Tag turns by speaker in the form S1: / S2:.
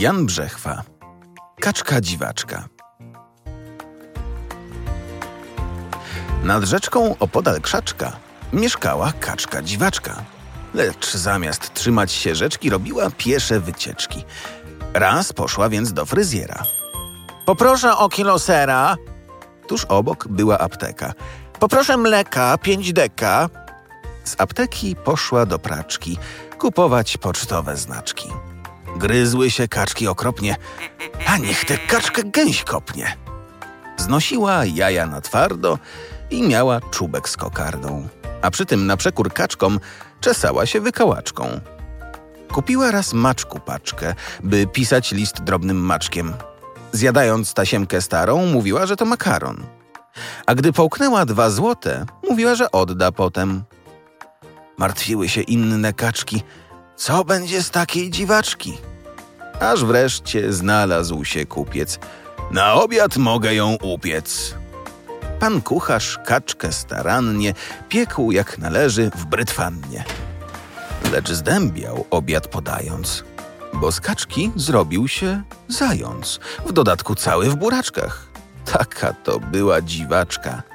S1: Jan Brzechwa. Kaczka dziwaczka. Nad rzeczką opodal krzaczka mieszkała kaczka dziwaczka. Lecz zamiast trzymać się rzeczki, robiła piesze wycieczki. Raz poszła więc do fryzjera.
S2: Poproszę o kilo sera.
S1: Tuż obok była apteka.
S2: Poproszę mleka 5 deka.
S1: Z apteki poszła do praczki kupować pocztowe znaczki. Gryzły się kaczki okropnie, a niech tę kaczkę gęś kopnie. Znosiła jaja na twardo i miała czubek z kokardą, a przy tym na przekór kaczkom czesała się wykałaczką. Kupiła raz maczku paczkę, by pisać list drobnym maczkiem. Zjadając tasiemkę starą, mówiła, że to makaron. A gdy połknęła 2 złote, mówiła, że odda potem. Martwiły się inne kaczki. Co będzie z takiej dziwaczki? Aż wreszcie znalazł się kupiec. Na obiad mogę ją upiec. Pan kucharz kaczkę starannie piekł jak należy w brytwannie. Lecz zdębiał obiad podając, bo z kaczki zrobił się zając, w dodatku cały w buraczkach. Taka to była dziwaczka.